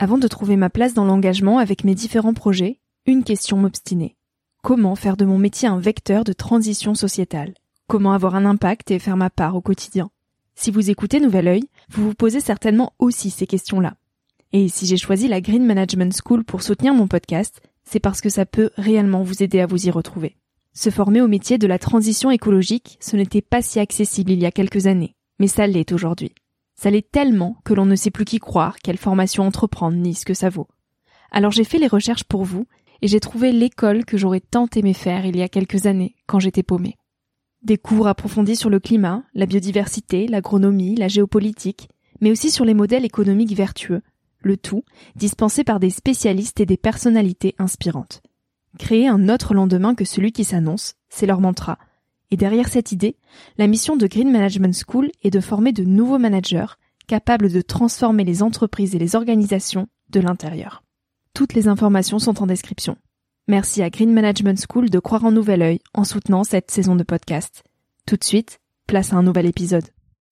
Avant de trouver ma place dans l'engagement avec mes différents projets, une question m'obstinait. Comment faire de mon métier un vecteur de transition sociétale ? Comment avoir un impact et faire ma part au quotidien ? Si vous écoutez Nouvel Œil, vous vous posez certainement aussi ces questions-là. Et si j'ai choisi la Green Management School pour soutenir mon podcast, c'est parce que ça peut réellement vous aider à vous y retrouver. Se former au métier de la transition écologique, ce n'était pas si accessible il y a quelques années, mais ça l'est aujourd'hui. Ça l'est tellement que l'on ne sait plus qui croire, quelle formation entreprendre, ni ce que ça vaut. Alors j'ai fait les recherches pour vous, et j'ai trouvé l'école que j'aurais tant aimé faire il y a quelques années, quand j'étais paumée. Des cours approfondis sur le climat, la biodiversité, l'agronomie, la géopolitique, mais aussi sur les modèles économiques vertueux, le tout dispensé par des spécialistes et des personnalités inspirantes. Créer un autre lendemain que celui qui s'annonce, c'est leur mantra. Et derrière cette idée, la mission de Green Management School est de former de nouveaux managers capables de transformer les entreprises et les organisations de l'intérieur. Toutes les informations sont en description. Merci à Green Management School de croire en Nouvel Œil en soutenant cette saison de podcast. Tout de suite, place à un nouvel épisode.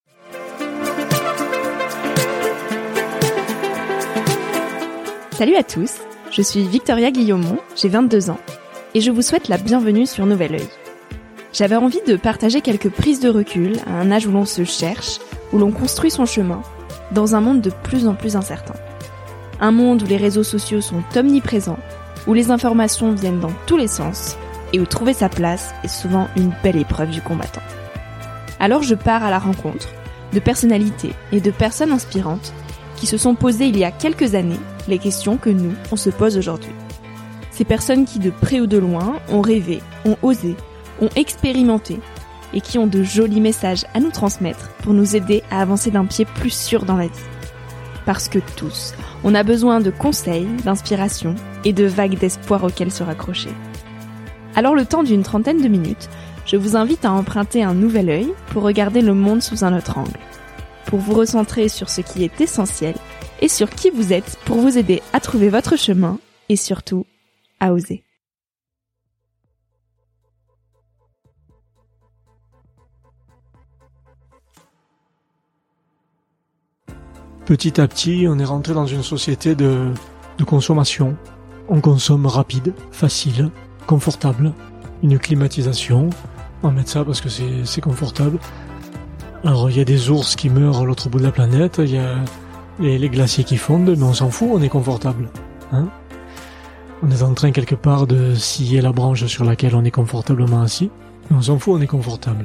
Salut à tous, je suis Victoria Guillaumont, j'ai 22 ans et je vous souhaite la bienvenue sur Nouvel Œil. J'avais envie de partager quelques prises de recul à un âge où l'on se cherche, où l'on construit son chemin, dans un monde de plus en plus incertain. Un monde où les réseaux sociaux sont omniprésents, où les informations viennent dans tous les sens, et où trouver sa place est souvent une belle épreuve du combattant. Alors je pars à la rencontre de personnalités et de personnes inspirantes qui se sont posées il y a quelques années les questions que nous, on se pose aujourd'hui. Ces personnes qui de près ou de loin ont rêvé, ont osé, ont expérimenté et qui ont de jolis messages à nous transmettre pour nous aider à avancer d'un pied plus sûr dans la vie. Parce que tous, on a besoin de conseils, d'inspiration et de vagues d'espoir auxquelles se raccrocher. Alors le temps d'une trentaine de minutes, je vous invite à emprunter un nouvel œil pour regarder le monde sous un autre angle, pour vous recentrer sur ce qui est essentiel et sur qui vous êtes pour vous aider à trouver votre chemin et surtout à oser. Petit à petit, on est rentré dans une société de consommation. On consomme rapide, facile, confortable. Une climatisation. On va mettre ça parce que c'est confortable. Alors, il y a des ours qui meurent à l'autre bout de la planète. Il y a les glaciers qui fondent, mais on s'en fout, on est confortable. Hein ? On est en train quelque part de scier la branche sur laquelle on est confortablement assis. Mais on s'en fout, on est confortable.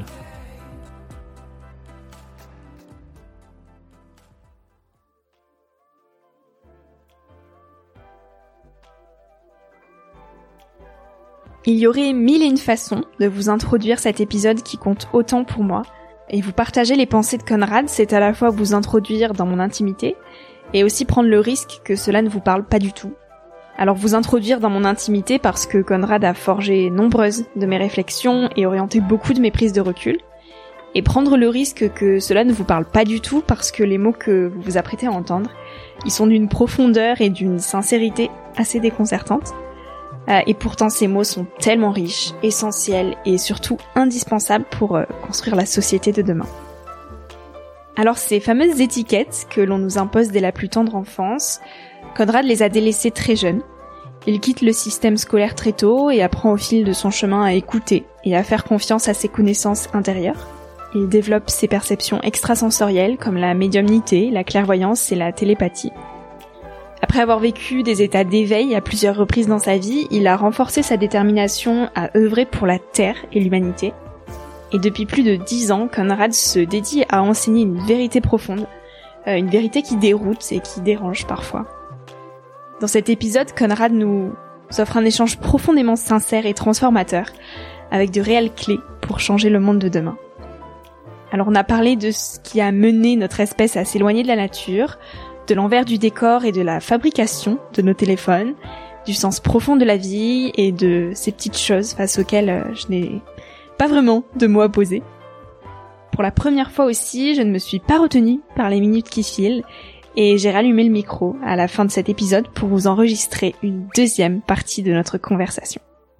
Il y aurait mille et une façons de vous introduire cet épisode qui compte autant pour moi. Et vous partager les pensées de Conrad, c'est à la fois vous introduire dans mon intimité, et aussi prendre le risque que cela ne vous parle pas du tout. Alors vous introduire dans mon intimité parce que Conrad a forgé nombreuses de mes réflexions et orienté beaucoup de mes prises de recul, et prendre le risque que cela ne vous parle pas du tout parce que les mots que vous vous apprêtez à entendre, ils sont d'une profondeur et d'une sincérité assez déconcertantes. Et pourtant ces mots sont tellement riches, essentiels et surtout indispensables pour construire la société de demain. Alors ces fameuses étiquettes que l'on nous impose dès la plus tendre enfance, Conrad les a délaissées très jeune. Il quitte le système scolaire très tôt et apprend au fil de son chemin à écouter et à faire confiance à ses connaissances intérieures. Il développe ses perceptions extrasensorielles comme la médiumnité, la clairvoyance et la télépathie. Après avoir vécu des états d'éveil à plusieurs reprises dans sa vie, il a renforcé sa détermination à œuvrer pour la Terre et l'humanité. Et depuis plus de 10 ans, Conrad se dédie à enseigner une vérité profonde, une vérité qui déroute et qui dérange parfois. Dans cet épisode, Conrad nous offre un échange profondément sincère et transformateur, avec de réelles clés pour changer le monde de demain. Alors on a parlé de ce qui a mené notre espèce à s'éloigner de la nature, de l'envers du décor et de la fabrication de nos téléphones, du sens profond de la vie et de ces petites choses face auxquelles je n'ai pas vraiment de mots à poser. Pour la première fois aussi, je ne me suis pas retenue par les minutes qui filent et j'ai rallumé le micro à la fin de cet épisode pour vous enregistrer une deuxième partie de notre conversation.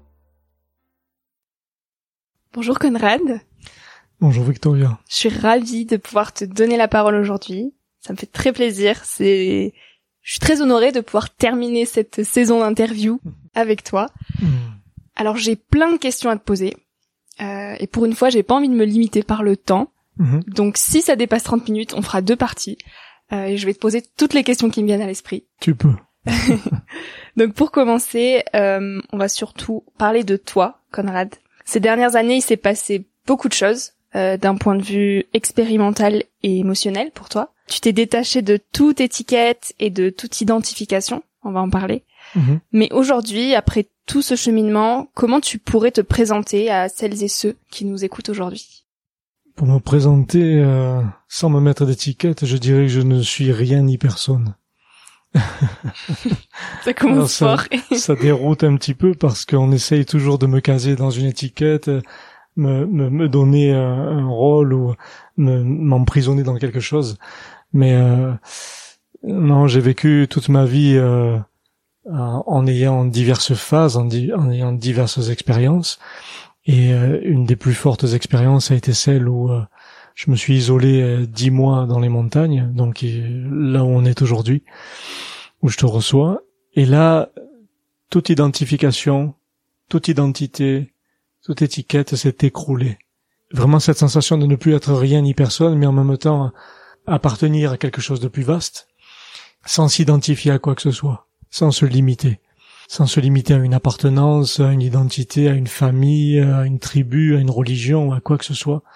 Bonjour Conrad. Bonjour Victoria. Je suis ravie de pouvoir te donner la parole aujourd'hui. Ça me fait très plaisir. C'est Je suis très honorée de pouvoir terminer cette saison d'interview avec toi. Alors j'ai plein de questions à te poser. Et pour une fois, j'ai pas envie de me limiter par le temps. Donc si ça dépasse 30 minutes, on fera 2 parties. Et je vais te poser toutes les questions qui me viennent à l'esprit. Tu peux. Donc pour commencer, on va surtout parler de toi, Conrad. Ces dernières années, il s'est passé beaucoup de choses d'un point de vue expérimental et émotionnel pour toi. Tu t'es détaché de toute étiquette et de toute identification, on va en parler. Mais aujourd'hui, après tout ce cheminement, comment tu pourrais te présenter à celles et ceux qui nous écoutent aujourd'hui? Pour me présenter, sans me mettre d'étiquette, je dirais que je ne suis rien ni personne. Ça commence fort. Ça déroute un petit peu parce qu'on essaye toujours de me caser dans une étiquette, me donner un rôle ou m'emprisonner dans quelque chose. Mais non, j'ai vécu toute ma vie en ayant diverses phases, en ayant diverses expériences. Et une des plus fortes expériences a été celle où je me suis isolé 10 mois dans les montagnes, donc là où on est aujourd'hui, où je te reçois. Et là, toute identification, toute identité, toute étiquette s'est écroulée. Vraiment cette sensation de ne plus être rien ni personne, mais en même temps appartenir à quelque chose de plus vaste, sans s'identifier à quoi que ce soit, sans se limiter à une appartenance, à une identité, à une famille, à une tribu, à une religion, à quoi que ce soit.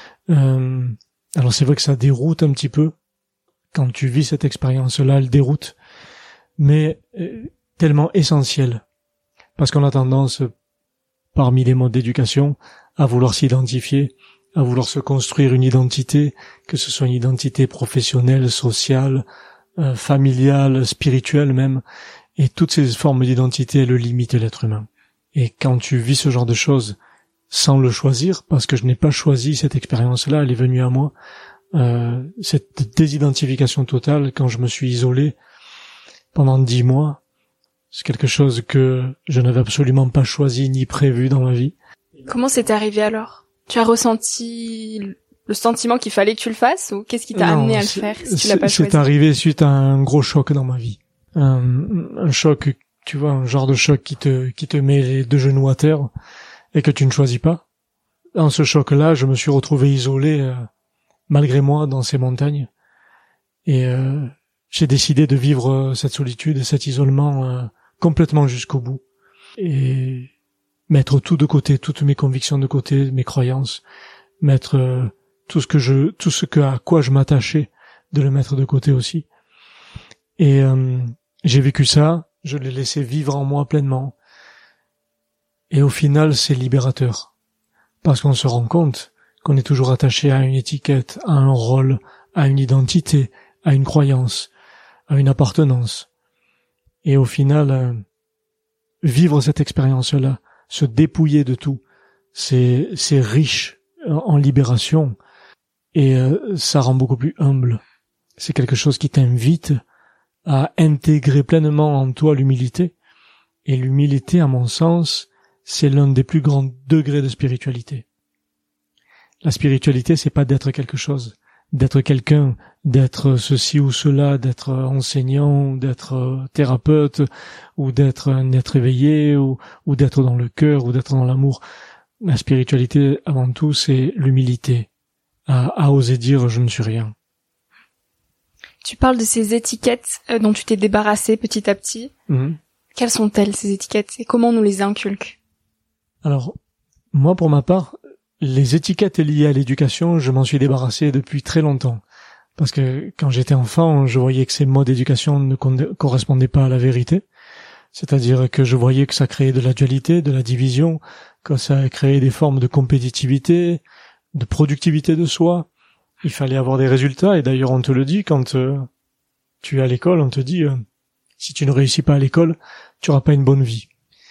Alors c'est vrai que ça déroute un petit peu quand tu vis cette expérience-là, elle déroute, mais tellement essentielle, parce qu'on a tendance, parmi les modes d'éducation, à vouloir s'identifier, à vouloir se construire une identité, que ce soit une identité professionnelle, sociale, familiale, spirituelle même, et toutes ces formes d'identité, elles limitent l'être humain. Et quand tu vis ce genre de choses sans le choisir, parce que je n'ai pas choisi cette expérience-là, elle est venue à moi, cette désidentification totale, quand je me suis isolé pendant 10 mois, c'est quelque chose que je n'avais absolument pas choisi ni prévu dans ma vie. Comment c'est arrivé alors? Tu as ressenti le sentiment qu'il fallait que tu le fasses, ou qu'est-ce qui t'a amené à le faire si tu l'as pas choisi? C'est arrivé suite à un gros choc dans ma vie. Un choc, tu vois, un genre de choc qui te met les 2 genoux à terre et que tu ne choisis pas. Dans ce choc-là, je me suis retrouvé isolé, malgré moi, dans ces montagnes. Et j'ai décidé de vivre cette solitude et cet isolement complètement jusqu'au bout. Et mettre tout de côté, toutes mes convictions de côté, mes croyances, mettre tout ce à quoi je m'attachais, de le mettre de côté aussi. Et j'ai vécu ça, je l'ai laissé vivre en moi pleinement. Et au final, c'est libérateur. Parce qu'on se rend compte qu'on est toujours attaché à une étiquette, à un rôle, à une identité, à une croyance, à une appartenance. Et au final, vivre cette expérience-là, se dépouiller de tout, c'est riche en libération. Et ça rend beaucoup plus humble. C'est quelque chose qui t'invite à intégrer pleinement en toi l'humilité. Et l'humilité, à mon sens, c'est l'un des plus grands degrés de spiritualité. La spiritualité, c'est pas d'être quelque chose, d'être quelqu'un, d'être ceci ou cela, d'être enseignant, d'être thérapeute, ou d'être un être éveillé, ou d'être dans le cœur, ou d'être dans l'amour. La spiritualité, avant tout, c'est l'humilité, à oser dire « je ne suis rien ». Tu parles de ces étiquettes dont tu t'es débarrassé petit à petit. Quelles sont-elles, ces étiquettes, et comment on nous les inculque? Alors, moi, pour ma part, les étiquettes liées à l'éducation, je m'en suis débarrassé depuis très longtemps. Parce que quand j'étais enfant, je voyais que ces modes d'éducation ne correspondaient pas à la vérité. C'est-à-dire que je voyais que ça créait de la dualité, de la division, que ça créait des formes de compétitivité, de productivité de soi. Il fallait avoir des résultats, et d'ailleurs on te le dit quand tu es à l'école, on te dit si tu ne réussis pas à l'école, tu n'auras pas une bonne vie.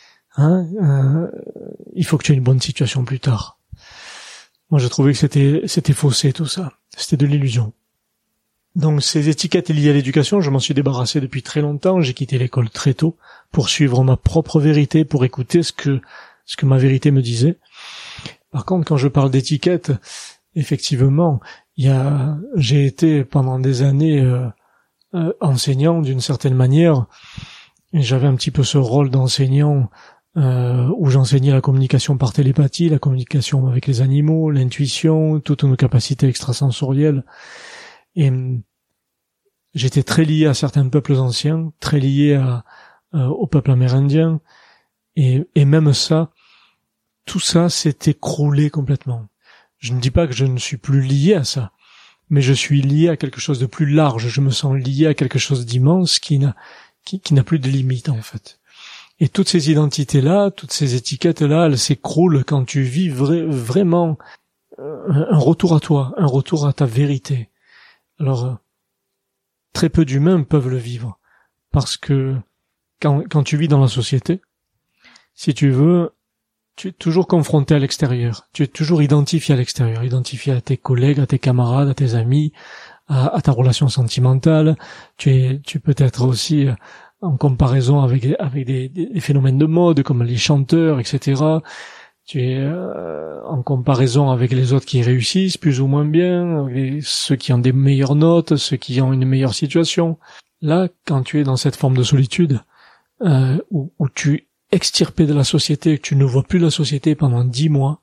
Il faut que tu aies une bonne situation plus tard. Moi je trouvais que c'était faussé tout ça, c'était de l'illusion. Donc ces étiquettes liées à l'éducation, je m'en suis débarrassé depuis très longtemps, j'ai quitté l'école très tôt pour suivre ma propre vérité, pour écouter ce que ma vérité me disait. Par contre, quand je parle d'étiquettes, effectivement, j'ai été pendant des années enseignant d'une certaine manière, et j'avais un petit peu ce rôle d'enseignant où j'enseignais la communication par télépathie, la communication avec les animaux, l'intuition, toutes nos capacités extrasensorielles. Et j'étais très lié à certains peuples anciens, très lié au peuple amérindien, et même ça, tout ça s'est écroulé complètement. Je ne dis pas que je ne suis plus lié à ça, mais je suis lié à quelque chose de plus large, je me sens lié à quelque chose d'immense qui n'a plus de limite en fait. Et toutes ces identités-là, toutes ces étiquettes-là, elles s'écroulent quand tu vis vraiment un retour à toi, un retour à ta vérité. Alors, très peu d'humains peuvent le vivre, parce que quand tu vis dans la société, si tu veux, tu es toujours confronté à l'extérieur, tu es toujours identifié à l'extérieur, identifié à tes collègues, à tes camarades, à tes amis, à ta relation sentimentale, tu peux être aussi en comparaison avec des phénomènes de mode comme les chanteurs, etc. Tu es en comparaison avec les autres qui réussissent plus ou moins bien, avec ceux qui ont des meilleures notes, ceux qui ont une meilleure situation. Là, quand tu es dans cette forme de solitude, où tu es extirpé de la société, que tu ne vois plus la société pendant 10 mois,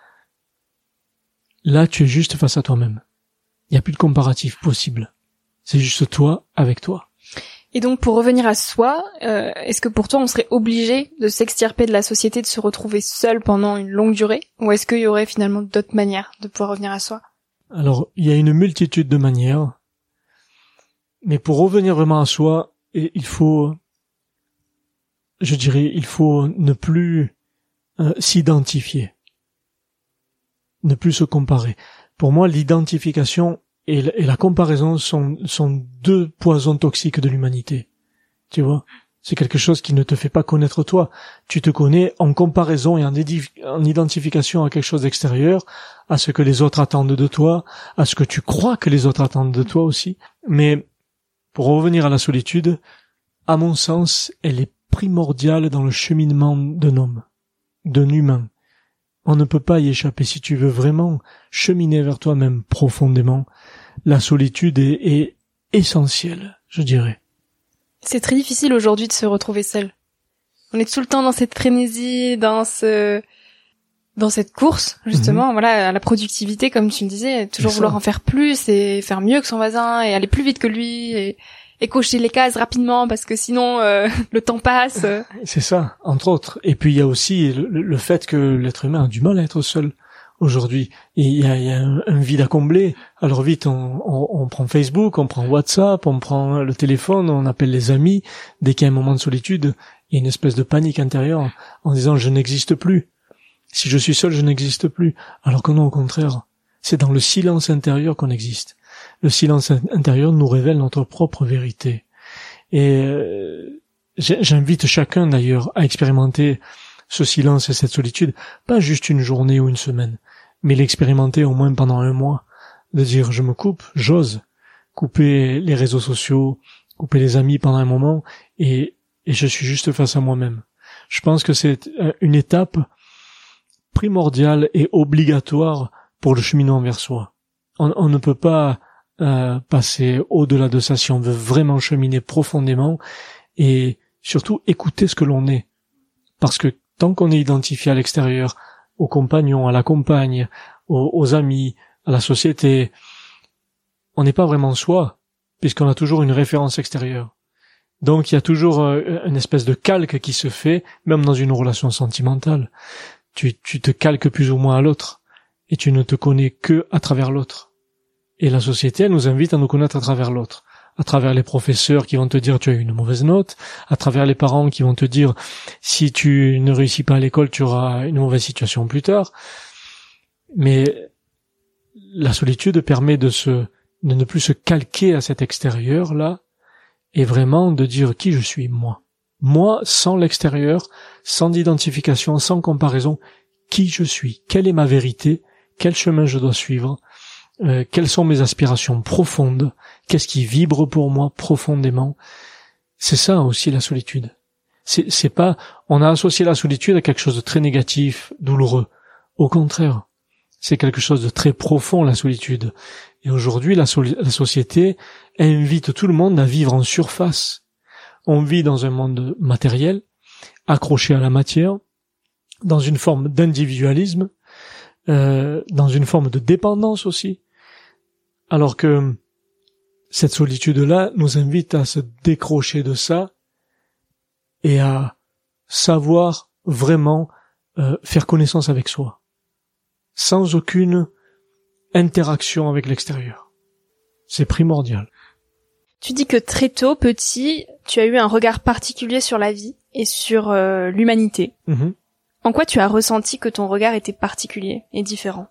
là, tu es juste face à toi-même. Il n'y a plus de comparatif possible. C'est juste toi avec toi. Et donc, pour revenir à soi, est-ce que pour toi, on serait obligé de s'extirper de la société, de se retrouver seul pendant une longue durée? Ou est-ce qu'il y aurait finalement d'autres manières de pouvoir revenir à soi? Alors, il y a une multitude de manières. Mais pour revenir vraiment à soi, il faut ne plus s'identifier. Ne plus se comparer. Pour moi, l'identification et la comparaison sont deux poisons toxiques de l'humanité. Tu vois? C'est quelque chose qui ne te fait pas connaître toi. Tu te connais en comparaison et en identification à quelque chose d'extérieur, à ce que les autres attendent de toi, à ce que tu crois que les autres attendent de toi aussi. Mais, pour revenir à la solitude, à mon sens, elle est primordiale dans le cheminement d'un homme, d'un humain. On ne peut pas y échapper. Si tu veux vraiment cheminer vers toi-même profondément, la solitude est essentielle, je dirais. C'est très difficile aujourd'hui de se retrouver seul. On est tout le temps dans cette frénésie, dans cette course, justement, voilà, à la productivité, comme tu me disais, toujours vouloir en faire plus et faire mieux que son voisin et aller plus vite que lui et cocher les cases rapidement parce que sinon le temps passe. C'est ça, entre autres. Et puis il y a aussi le fait que l'être humain a du mal à être seul aujourd'hui. Et il y a un vide à combler. Alors vite, on prend Facebook, on prend WhatsApp, on prend le téléphone, on appelle les amis. Dès qu'il y a un moment de solitude, il y a une espèce de panique intérieure en disant je n'existe plus. Si je suis seul, je n'existe plus. Alors que non, au contraire, c'est dans le silence intérieur qu'on existe. Le silence intérieur nous révèle notre propre vérité. Et j'invite chacun d'ailleurs à expérimenter ce silence et cette solitude, pas juste une journée ou une semaine, mais l'expérimenter au moins pendant 1 mois, de dire je me coupe, j'ose couper les réseaux sociaux, couper les amis pendant un moment, et je suis juste face à moi-même. Je pense que c'est une étape primordiale et obligatoire pour le cheminement vers soi. On ne peut pas passer au-delà de ça si on veut vraiment cheminer profondément et surtout écouter ce que l'on est. Parce que tant qu'on est identifié à l'extérieur, aux compagnons, à la compagne, aux amis, à la société, on n'est pas vraiment soi, puisqu'on a toujours une référence extérieure. Donc il y a toujours une espèce de calque qui se fait, même dans une relation sentimentale. Tu te calques plus ou moins à l'autre, et tu ne te connais que à travers l'autre. Et la société, elle nous invite à nous connaître à travers l'autre. À travers les professeurs qui vont te dire tu as eu une mauvaise note, à travers les parents qui vont te dire si tu ne réussis pas à l'école, tu auras une mauvaise situation plus tard. Mais la solitude permet de ne plus se calquer à cet extérieur-là, et vraiment de dire qui je suis, moi. Moi, sans l'extérieur, sans identification, sans comparaison, qui je suis, quelle est ma vérité, quel chemin je dois suivre, quelles sont mes aspirations profondes, qu'est-ce qui vibre pour moi profondément. C'est ça aussi la solitude. C'est pas, on a associé la solitude à quelque chose de très négatif, douloureux. Au contraire, C'est quelque chose de très profond, la solitude. Et aujourd'hui, la société invite tout le monde à vivre en surface. On vit dans un monde matériel, accroché à la matière, dans une forme d'individualisme, dans une forme de dépendance aussi. Alors que cette solitude-là nous invite à se décrocher de ça et à savoir vraiment faire connaissance avec soi, sans aucune interaction avec l'extérieur. C'est primordial. Tu dis que très tôt, petit, tu as eu un regard particulier sur la vie et sur l'humanité. Mm-hmm. En quoi tu as ressenti que ton regard était particulier et différent?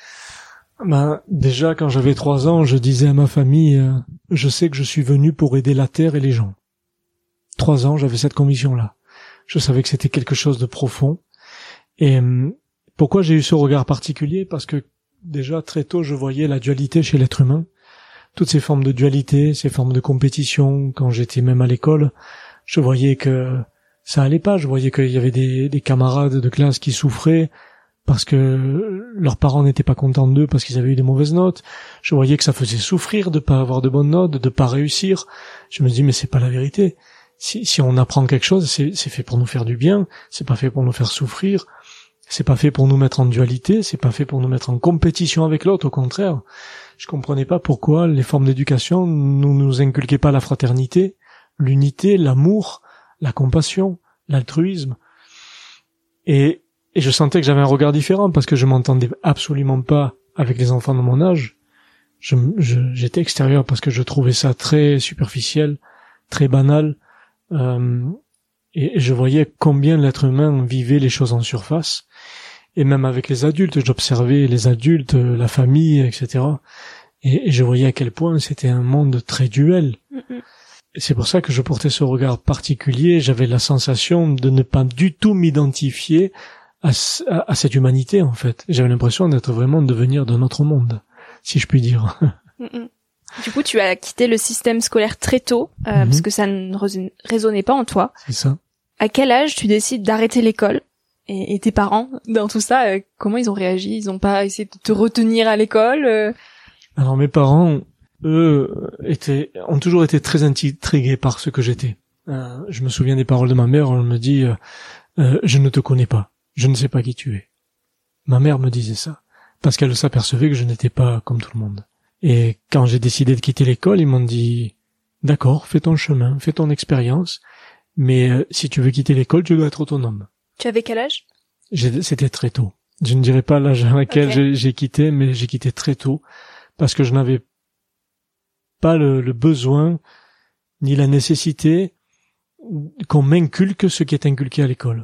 Déjà, quand j'avais 3 ans, je disais à ma famille, je sais que je suis venu pour aider la terre et les gens. 3 ans, j'avais cette conviction-là. Je savais que c'était quelque chose de profond. Et pourquoi j'ai eu ce regard particulier? Parce que déjà, très tôt, je voyais la dualité chez l'être humain. Toutes ces formes de dualité, ces formes de compétition. Quand j'étais même à l'école, je voyais que ça allait pas. Je voyais qu'il y avait des camarades de classe qui souffraient parce que leurs parents n'étaient pas contents d'eux parce qu'ils avaient eu des mauvaises notes. Je voyais que ça faisait souffrir de pas avoir de bonnes notes, de pas réussir. Je me dis, mais c'est pas la vérité. Si on apprend quelque chose, c'est fait pour nous faire du bien, c'est pas fait pour nous faire souffrir, c'est pas fait pour nous mettre en dualité, c'est pas fait pour nous mettre en compétition avec l'autre, au contraire. Je comprenais pas pourquoi les formes d'éducation nous inculquaient pas la fraternité, l'unité, l'amour, la compassion, l'altruisme. Et je sentais que j'avais un regard différent parce que je m'entendais absolument pas avec les enfants de mon âge. J'étais extérieur parce que je trouvais ça très superficiel, très banal. Et je voyais combien l'être humain vivait les choses en surface. Et même avec les adultes, j'observais les adultes, la famille, etc. Et je voyais à quel point c'était un monde très duel. Et c'est pour ça que je portais ce regard particulier. J'avais la sensation de ne pas du tout m'identifier à cette humanité, en fait. J'avais l'impression d'être vraiment de venir d'un autre monde, si je puis dire. Du coup, tu as quitté le système scolaire très tôt, parce que ça ne résonnait pas en toi. C'est ça. À quel âge tu décides d'arrêter l'école? Et tes parents, dans tout ça, comment ils ont réagi? Ils ont pas essayé de te retenir à l'école? Alors mes parents, eux, ont toujours été très intrigués par ce que j'étais. Je me souviens des paroles de ma mère, elle me dit je ne te connais pas, je ne sais pas qui tu es. Ma mère me disait ça, parce qu'elle s'apercevait que je n'étais pas comme tout le monde. Et quand j'ai décidé de quitter l'école, ils m'ont dit d'accord, fais ton chemin, fais ton expérience, mais si tu veux quitter l'école, tu dois être autonome. Tu avais quel âge? C'était très tôt. Je ne dirais pas l'âge à laquelle j'ai quitté, mais j'ai quitté très tôt, parce que je n'avais pas le besoin, ni la nécessité qu'on m'inculque ce qui est inculqué à l'école.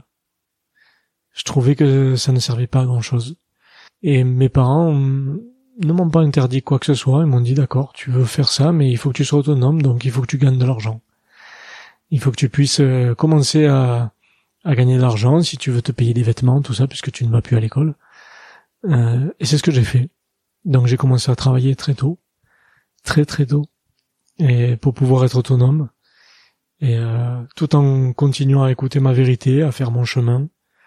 Je trouvais que ça ne servait pas à grand chose. Et mes parents ne m'ont pas interdit quoi que ce soit, ils m'ont dit d'accord, tu veux faire ça, mais il faut que tu sois autonome, donc il faut que tu gagnes de l'argent. Il faut que tu puisses commencer à gagner de l'argent si tu veux te payer des vêtements, tout ça, puisque tu ne vas plus à l'école. Et c'est ce que j'ai fait. Donc j'ai commencé à travailler très tôt, très très tôt, et pour pouvoir être autonome, et tout en continuant à écouter ma vérité, à faire mon chemin,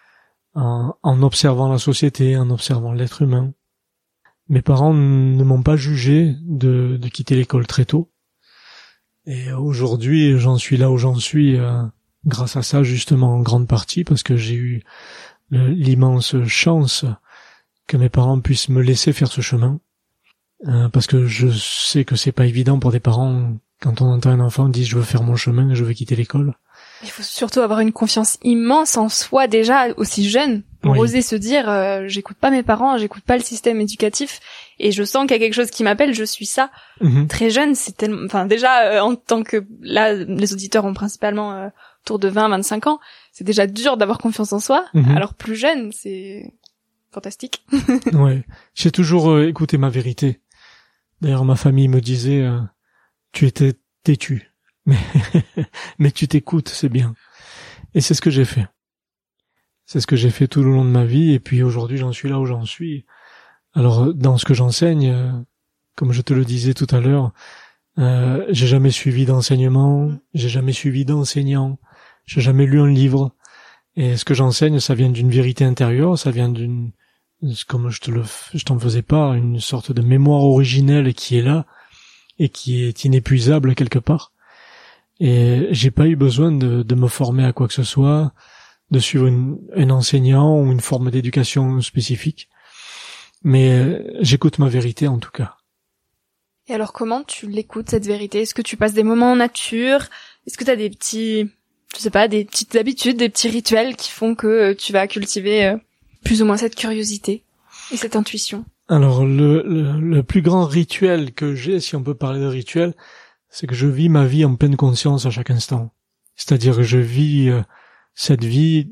en observant la société, en observant l'être humain. Mes parents ne m'ont pas jugé de quitter l'école très tôt. Et aujourd'hui, j'en suis là où j'en suis grâce à ça, justement, en grande partie, parce que j'ai eu l'immense chance que mes parents puissent me laisser faire ce chemin. Parce que je sais que c'est pas évident pour des parents, quand on entend un enfant dire je veux faire mon chemin, je veux quitter l'école. Il faut surtout avoir une confiance immense en soi déjà aussi jeune pour oser se dire j'écoute pas mes parents, j'écoute pas le système éducatif et je sens qu'il y a quelque chose qui m'appelle, je suis ça. Très jeune, c'est tellement, enfin déjà en tant que là les auditeurs ont principalement autour de 20-25 ans, c'est déjà dur d'avoir confiance en soi. Alors plus jeune, c'est fantastique. Ouais, j'ai toujours écouté ma vérité. D'ailleurs ma famille me disait tu étais têtu. Mais tu t'écoutes, c'est bien. Et c'est ce que j'ai fait. C'est ce que j'ai fait tout le long de ma vie, et puis aujourd'hui j'en suis là où j'en suis. Alors dans ce que j'enseigne, comme je te le disais tout à l'heure, j'ai jamais suivi d'enseignement, j'ai jamais suivi d'enseignant, j'ai jamais lu un livre. Et ce que j'enseigne, ça vient d'une vérité intérieure, ça vient d'une comme je t'en faisais part, une sorte de mémoire originelle qui est là et qui est inépuisable quelque part. Et j'ai pas eu besoin de me former à quoi que ce soit, de suivre un enseignant ou une forme d'éducation spécifique. Mais j'écoute ma vérité en tout cas. Et alors comment tu l'écoutes, cette vérité? Est-ce que tu passes des moments en nature? Est-ce que tu as des petits, je sais pas, des petites habitudes, des petits rituels qui font que tu vas cultiver plus ou moins cette curiosité et cette intuition? Alors le plus grand rituel que j'ai, si on peut parler de rituel, c'est que je vis ma vie en pleine conscience à chaque instant. C'est-à-dire que je vis cette vie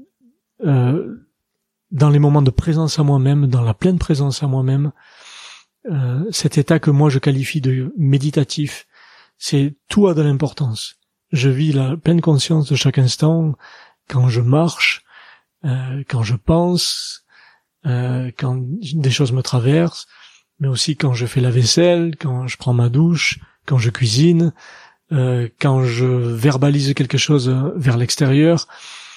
dans les moments de présence à moi-même, dans la pleine présence à moi-même. Cet état que moi je qualifie de méditatif, c'est tout a de l'importance. Je vis la pleine conscience de chaque instant, quand je marche, quand je pense, quand des choses me traversent, mais aussi quand je fais la vaisselle, quand je prends ma douche, quand je cuisine, quand je verbalise quelque chose vers l'extérieur.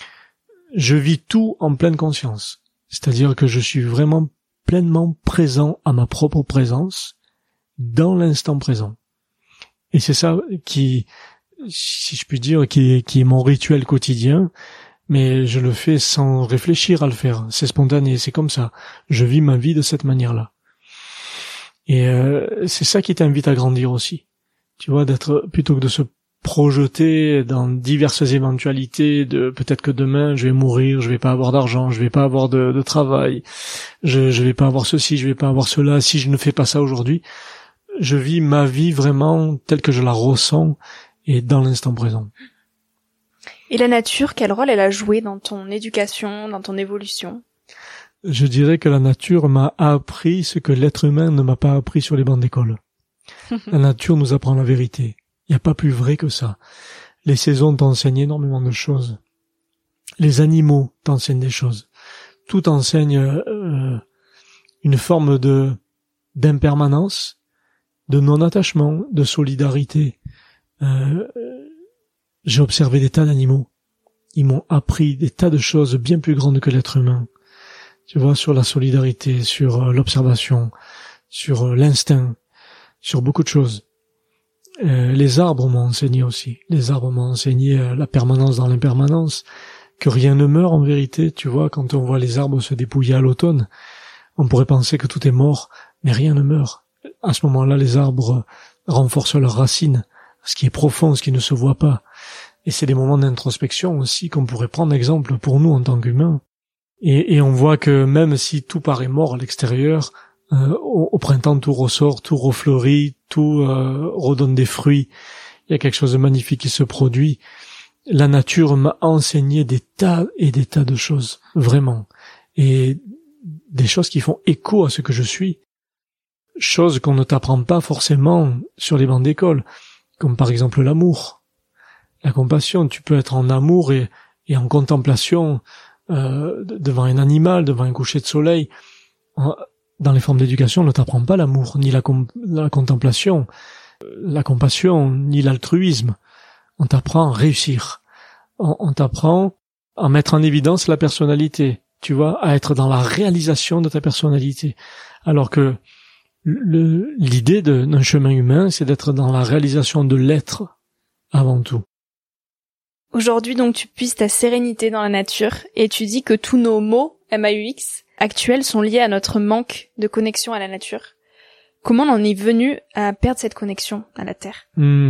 Je vis tout en pleine conscience. C'est-à-dire que je suis vraiment pleinement présent à ma propre présence, dans l'instant présent. Et c'est ça qui, si je puis dire, qui est mon rituel quotidien, mais je le fais sans réfléchir à le faire. C'est spontané, c'est comme ça. Je vis ma vie de cette manière-là. Et c'est ça qui t'invite à grandir aussi. Tu vois, d'être, plutôt que de se projeter dans diverses éventualités de peut-être que demain je vais mourir, je vais pas avoir d'argent, je vais pas avoir de travail, je vais pas avoir ceci, je vais pas avoir cela, si je ne fais pas ça aujourd'hui. Je vis ma vie vraiment telle que je la ressens et dans l'instant présent. Et la nature, quel rôle elle a joué dans ton éducation, dans ton évolution? Je dirais que la nature m'a appris ce que l'être humain ne m'a pas appris sur les bancs d'école. La nature nous apprend la vérité. Il n'y a pas plus vrai que ça. Les saisons t'enseignent énormément de choses. Les animaux t'enseignent des choses. Tout enseigne une forme d'impermanence, de non-attachement, de solidarité. J'ai observé des tas d'animaux. Ils m'ont appris des tas de choses bien plus grandes que l'être humain. Tu vois, sur la solidarité, sur l'observation, sur l'instinct, sur beaucoup de choses. Les arbres m'ont enseigné aussi. Les arbres m'ont enseigné la permanence dans l'impermanence, que rien ne meurt en vérité. Tu vois, quand on voit les arbres se dépouiller à l'automne, on pourrait penser que tout est mort, mais rien ne meurt. À ce moment-là, les arbres renforcent leurs racines, ce qui est profond, ce qui ne se voit pas. Et c'est des moments d'introspection aussi qu'on pourrait prendre exemple pour nous en tant qu'humains. Et on voit que même si tout paraît mort à l'extérieur, au printemps tout ressort, tout refleurit, tout redonne des fruits. Il y a quelque chose de magnifique qui se produit. La nature m'a enseigné des tas et des tas de choses, vraiment. Et des choses qui font écho à ce que je suis. Choses qu'on ne t'apprend pas forcément sur les bancs d'école. Comme par exemple l'amour. La compassion. Tu peux être en amour et en contemplation devant un animal, devant un coucher de soleil. Dans les formes d'éducation, on ne t'apprend pas l'amour, ni la contemplation, la compassion, ni l'altruisme. On t'apprend à réussir. On t'apprend à mettre en évidence la personnalité, tu vois, à être dans la réalisation de ta personnalité. Alors que l'idée d'un chemin humain, c'est d'être dans la réalisation de l'être avant tout. Aujourd'hui, donc, tu puises ta sérénité dans la nature et tu dis que tous nos maux, MAUX, actuels sont liés à notre manque de connexion à la nature. Comment on en est venu à perdre cette connexion à la Terre?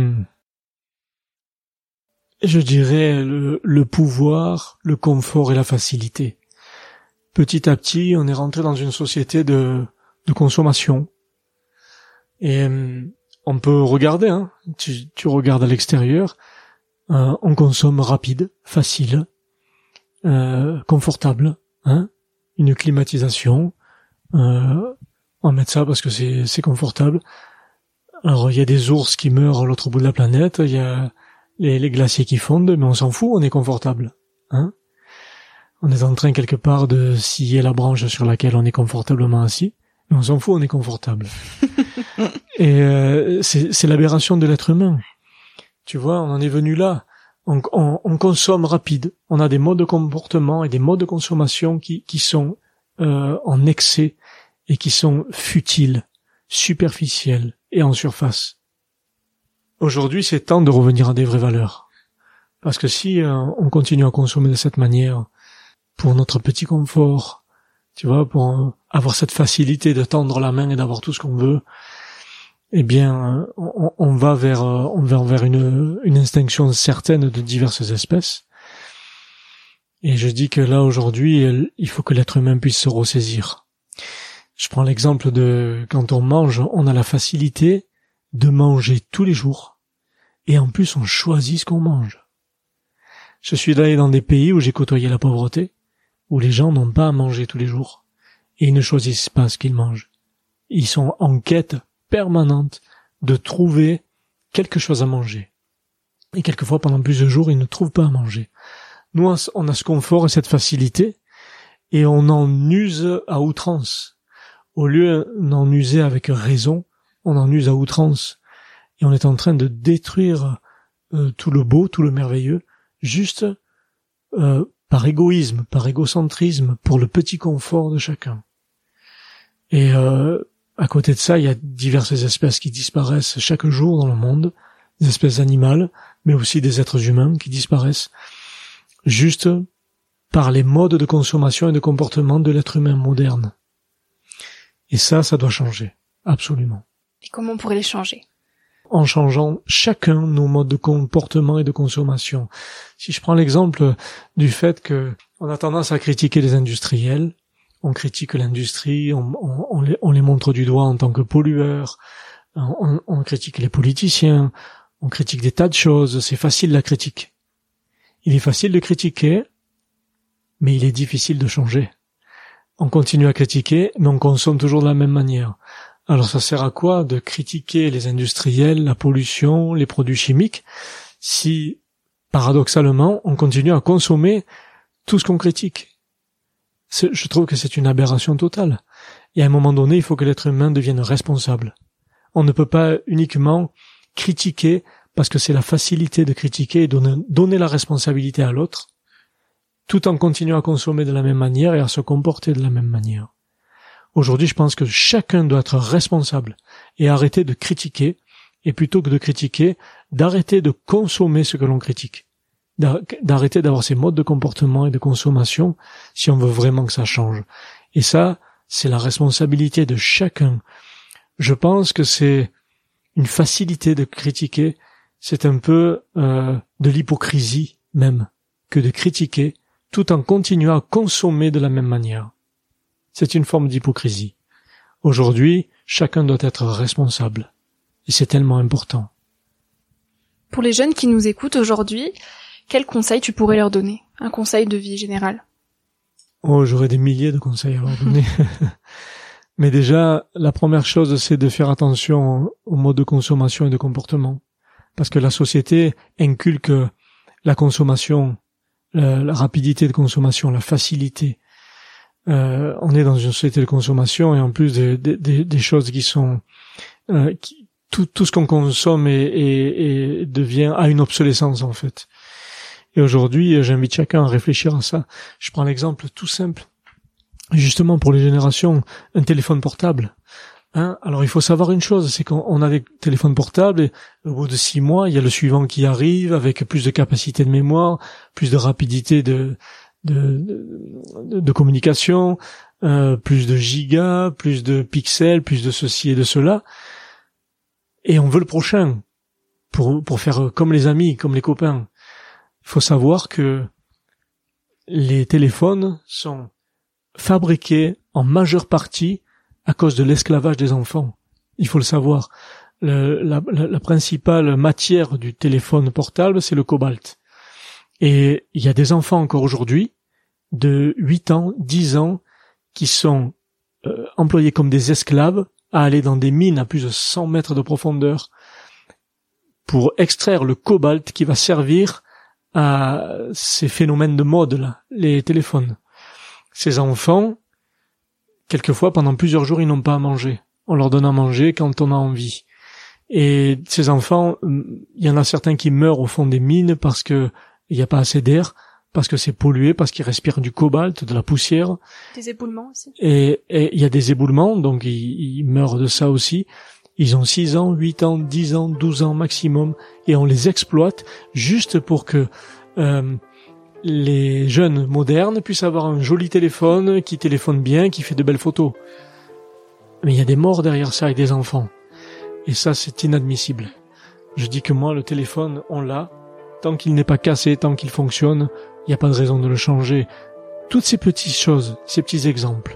Je dirais le pouvoir, le confort et la facilité. Petit à petit, on est rentré dans une société de consommation. Et on peut regarder, hein. Tu regardes à l'extérieur, on consomme rapide, facile, confortable, hein. Une climatisation, on va mettre ça parce que c'est confortable. Alors il y a des ours qui meurent à l'autre bout de la planète, il y a les glaciers qui fondent, mais on s'en fout, on est confortable, hein. On est en train quelque part de scier la branche sur laquelle on est confortablement assis, mais on s'en fout, on est confortable. Et c'est l'aberration de l'être humain. Tu vois, on en est venu là. On consomme rapide. On a des modes de comportement et des modes de consommation qui sont en excès et qui sont futiles, superficiels et en surface. Aujourd'hui, c'est temps de revenir à des vraies valeurs. Parce que si on continue à consommer de cette manière, pour notre petit confort, tu vois, pour avoir cette facilité de tendre la main et d'avoir tout ce qu'on veut, eh bien, on va vers une extinction certaine de diverses espèces. Et je dis que là, aujourd'hui, il faut que l'être humain puisse se ressaisir. Je prends l'exemple de quand on mange, on a la facilité de manger tous les jours. Et en plus, on choisit ce qu'on mange. Je suis allé dans des pays où j'ai côtoyé la pauvreté, où les gens n'ont pas à manger tous les jours. Et ils ne choisissent pas ce qu'ils mangent. Ils sont en quête permanente de trouver quelque chose à manger. Et quelquefois, pendant plusieurs jours, ils ne trouvent pas à manger. Nous, on a ce confort et cette facilité, et on en use à outrance. Au lieu d'en user avec raison, on en use à outrance. Et on est en train de détruire tout le beau, tout le merveilleux, juste par égoïsme, par égocentrisme, pour le petit confort de chacun. Et à côté de ça, il y a diverses espèces qui disparaissent chaque jour dans le monde, des espèces animales, mais aussi des êtres humains qui disparaissent, juste par les modes de consommation et de comportement de l'être humain moderne. Et ça doit changer, absolument. Et comment on pourrait les changer ? En changeant chacun nos modes de comportement et de consommation. Si je prends l'exemple du fait que on a tendance à critiquer les industriels, on critique l'industrie, on les montre du doigt en tant que pollueurs, on critique les politiciens, on critique des tas de choses, c'est facile la critique. Il est facile de critiquer, mais il est difficile de changer. On continue à critiquer, mais on consomme toujours de la même manière. Alors ça sert à quoi de critiquer les industriels, la pollution, les produits chimiques, si, paradoxalement, on continue à consommer tout ce qu'on critique? Je trouve que c'est une aberration totale. Et à un moment donné, il faut que l'être humain devienne responsable. On ne peut pas uniquement critiquer parce que c'est la facilité de critiquer et donner la responsabilité à l'autre, tout en continuant à consommer de la même manière et à se comporter de la même manière. Aujourd'hui, je pense que chacun doit être responsable et arrêter de critiquer, et plutôt que de critiquer, d'arrêter de consommer ce que l'on critique. D'arrêter d'avoir ces modes de comportement et de consommation si on veut vraiment que ça change. Et ça, c'est la responsabilité de chacun. Je pense que c'est une facilité de critiquer, c'est un peu de l'hypocrisie même, que de critiquer tout en continuant à consommer de la même manière. C'est une forme d'hypocrisie. Aujourd'hui, chacun doit être responsable. Et c'est tellement important. Pour les jeunes qui nous écoutent aujourd'hui, quel conseil tu pourrais leur donner ? Un conseil de vie général. Oh, j'aurais des milliers de conseils à leur donner. Mais déjà, la première chose, c'est de faire attention au mode de consommation et de comportement. Parce que la société inculque la consommation, la rapidité de consommation, la facilité. On est dans une société de consommation et en plus des choses qui sont tout ce qu'on consomme et devient à une obsolescence en fait. Et aujourd'hui, j'invite chacun à réfléchir à ça. Je prends l'exemple tout simple, justement pour les générations, un téléphone portable. Alors il faut savoir une chose, c'est qu'on a des téléphones portables et au bout de 6 mois, il y a le suivant qui arrive avec plus de capacité de mémoire, plus de rapidité de communication, plus de gigas, plus de pixels, plus de ceci et de cela. Et on veut le prochain pour faire comme les amis, comme les copains. Il faut savoir que les téléphones sont fabriqués en majeure partie à cause de l'esclavage des enfants. Il faut le savoir. La principale matière du téléphone portable, c'est le cobalt. Et il y a des enfants encore aujourd'hui, de 8 ans, 10 ans, qui sont employés comme des esclaves à aller dans des mines à plus de 100 mètres de profondeur pour extraire le cobalt qui va servir à ces phénomènes de mode, là, les téléphones. Ces enfants, quelquefois, pendant plusieurs jours, ils n'ont pas à manger. On leur donne à manger quand on a envie. Et ces enfants, il y en a certains qui meurent au fond des mines parce que il n'y a pas assez d'air. parce que c'est pollué, parce qu'ils respirent du cobalt, de la poussière. Des éboulements aussi. Et il y a des éboulements, donc ils meurent de ça aussi. Ils ont 6 ans, 8 ans, 10 ans, 12 ans maximum, et on les exploite juste pour que les jeunes modernes puissent avoir un joli téléphone, qui téléphone bien, qui fait de belles photos. Mais il y a des morts derrière ça, et des enfants. Et ça, c'est inadmissible. Je dis que moi, le téléphone, on l'a. Tant qu'il n'est pas cassé, tant qu'il fonctionne, il n'y a pas de raison de le changer. Toutes ces petites choses, ces petits exemples,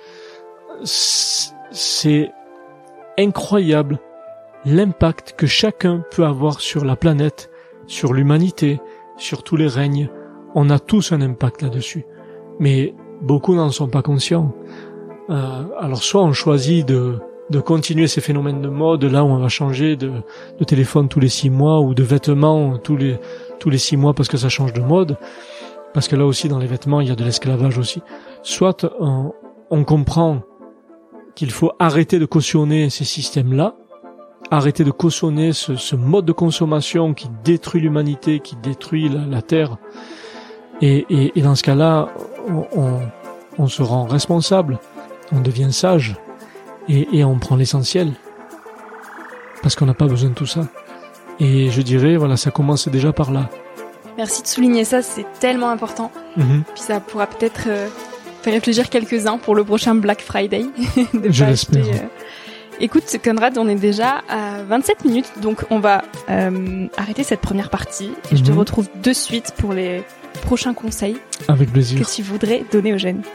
c'est incroyable l'impact que chacun peut avoir sur la planète, sur l'humanité, sur tous les règnes. On a tous un impact là-dessus. Mais beaucoup n'en sont pas conscients. Alors soit on choisit de continuer ces phénomènes de mode, là où on va changer de téléphone tous les 6 mois ou de vêtements tous les 6 mois parce que ça change de mode, parce que là aussi dans les vêtements il y a de l'esclavage aussi. Soit on comprend qu'il faut arrêter de cautionner ces systèmes-là, arrêter de cautionner ce mode de consommation qui détruit l'humanité, qui détruit la Terre. Et dans ce cas-là, on se rend responsable, on devient sage, et on prend l'essentiel. Parce qu'on n'a pas besoin de tout ça. Et je dirais, voilà, ça commence déjà par là. Merci de souligner ça, c'est tellement important. Puis ça pourra peut-être faire réfléchir quelques-uns pour le prochain Black Friday. Je l'espère. Écoute, Conrad, on est déjà à 27 minutes, donc on va arrêter cette première partie. Et je te retrouve de suite pour les prochains conseils. Avec plaisir. Que tu voudrais donner aux jeunes.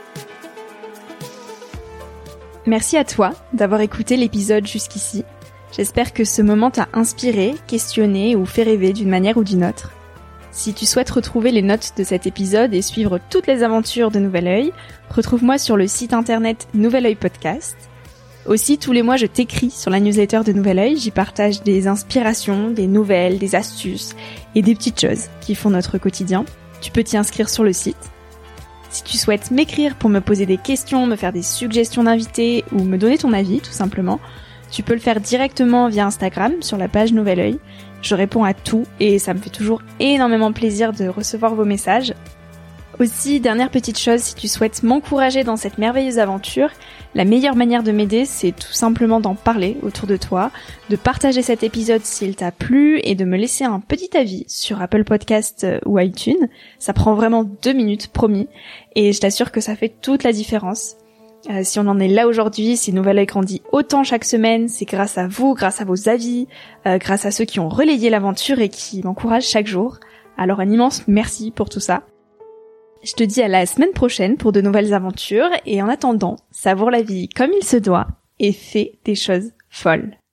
Merci à toi d'avoir écouté l'épisode jusqu'ici. J'espère que ce moment t'a inspiré, questionné ou fait rêver d'une manière ou d'une autre. Si tu souhaites retrouver les notes de cet épisode et suivre toutes les aventures de Nouvel Oeil, retrouve-moi sur le site internet Nouvel Oeil Podcast. Aussi, tous les mois, je t'écris sur la newsletter de Nouvel Oeil. J'y partage des inspirations, des nouvelles, des astuces et des petites choses qui font notre quotidien. Tu peux t'y inscrire sur le site. Si tu souhaites m'écrire pour me poser des questions, me faire des suggestions d'invités ou me donner ton avis, tout simplement, tu peux le faire directement via Instagram sur la page Nouvel Oeil. Je réponds à tout et ça me fait toujours énormément plaisir de recevoir vos messages. Aussi, dernière petite chose, si tu souhaites m'encourager dans cette merveilleuse aventure, la meilleure manière de m'aider, c'est tout simplement d'en parler autour de toi, de partager cet épisode s'il t'a plu et de me laisser un petit avis sur Apple Podcast ou iTunes. Ça prend vraiment 2 minutes, promis, et je t'assure que ça fait toute la différence. Si on en est là aujourd'hui, si Nouvel Oeil grandit autant chaque semaine, c'est grâce à vous, grâce à vos avis, grâce à ceux qui ont relayé l'aventure et qui m'encouragent chaque jour. Alors un immense merci pour tout ça. Je te dis à la semaine prochaine pour de nouvelles aventures et en attendant, savoure la vie comme il se doit et fais des choses folles.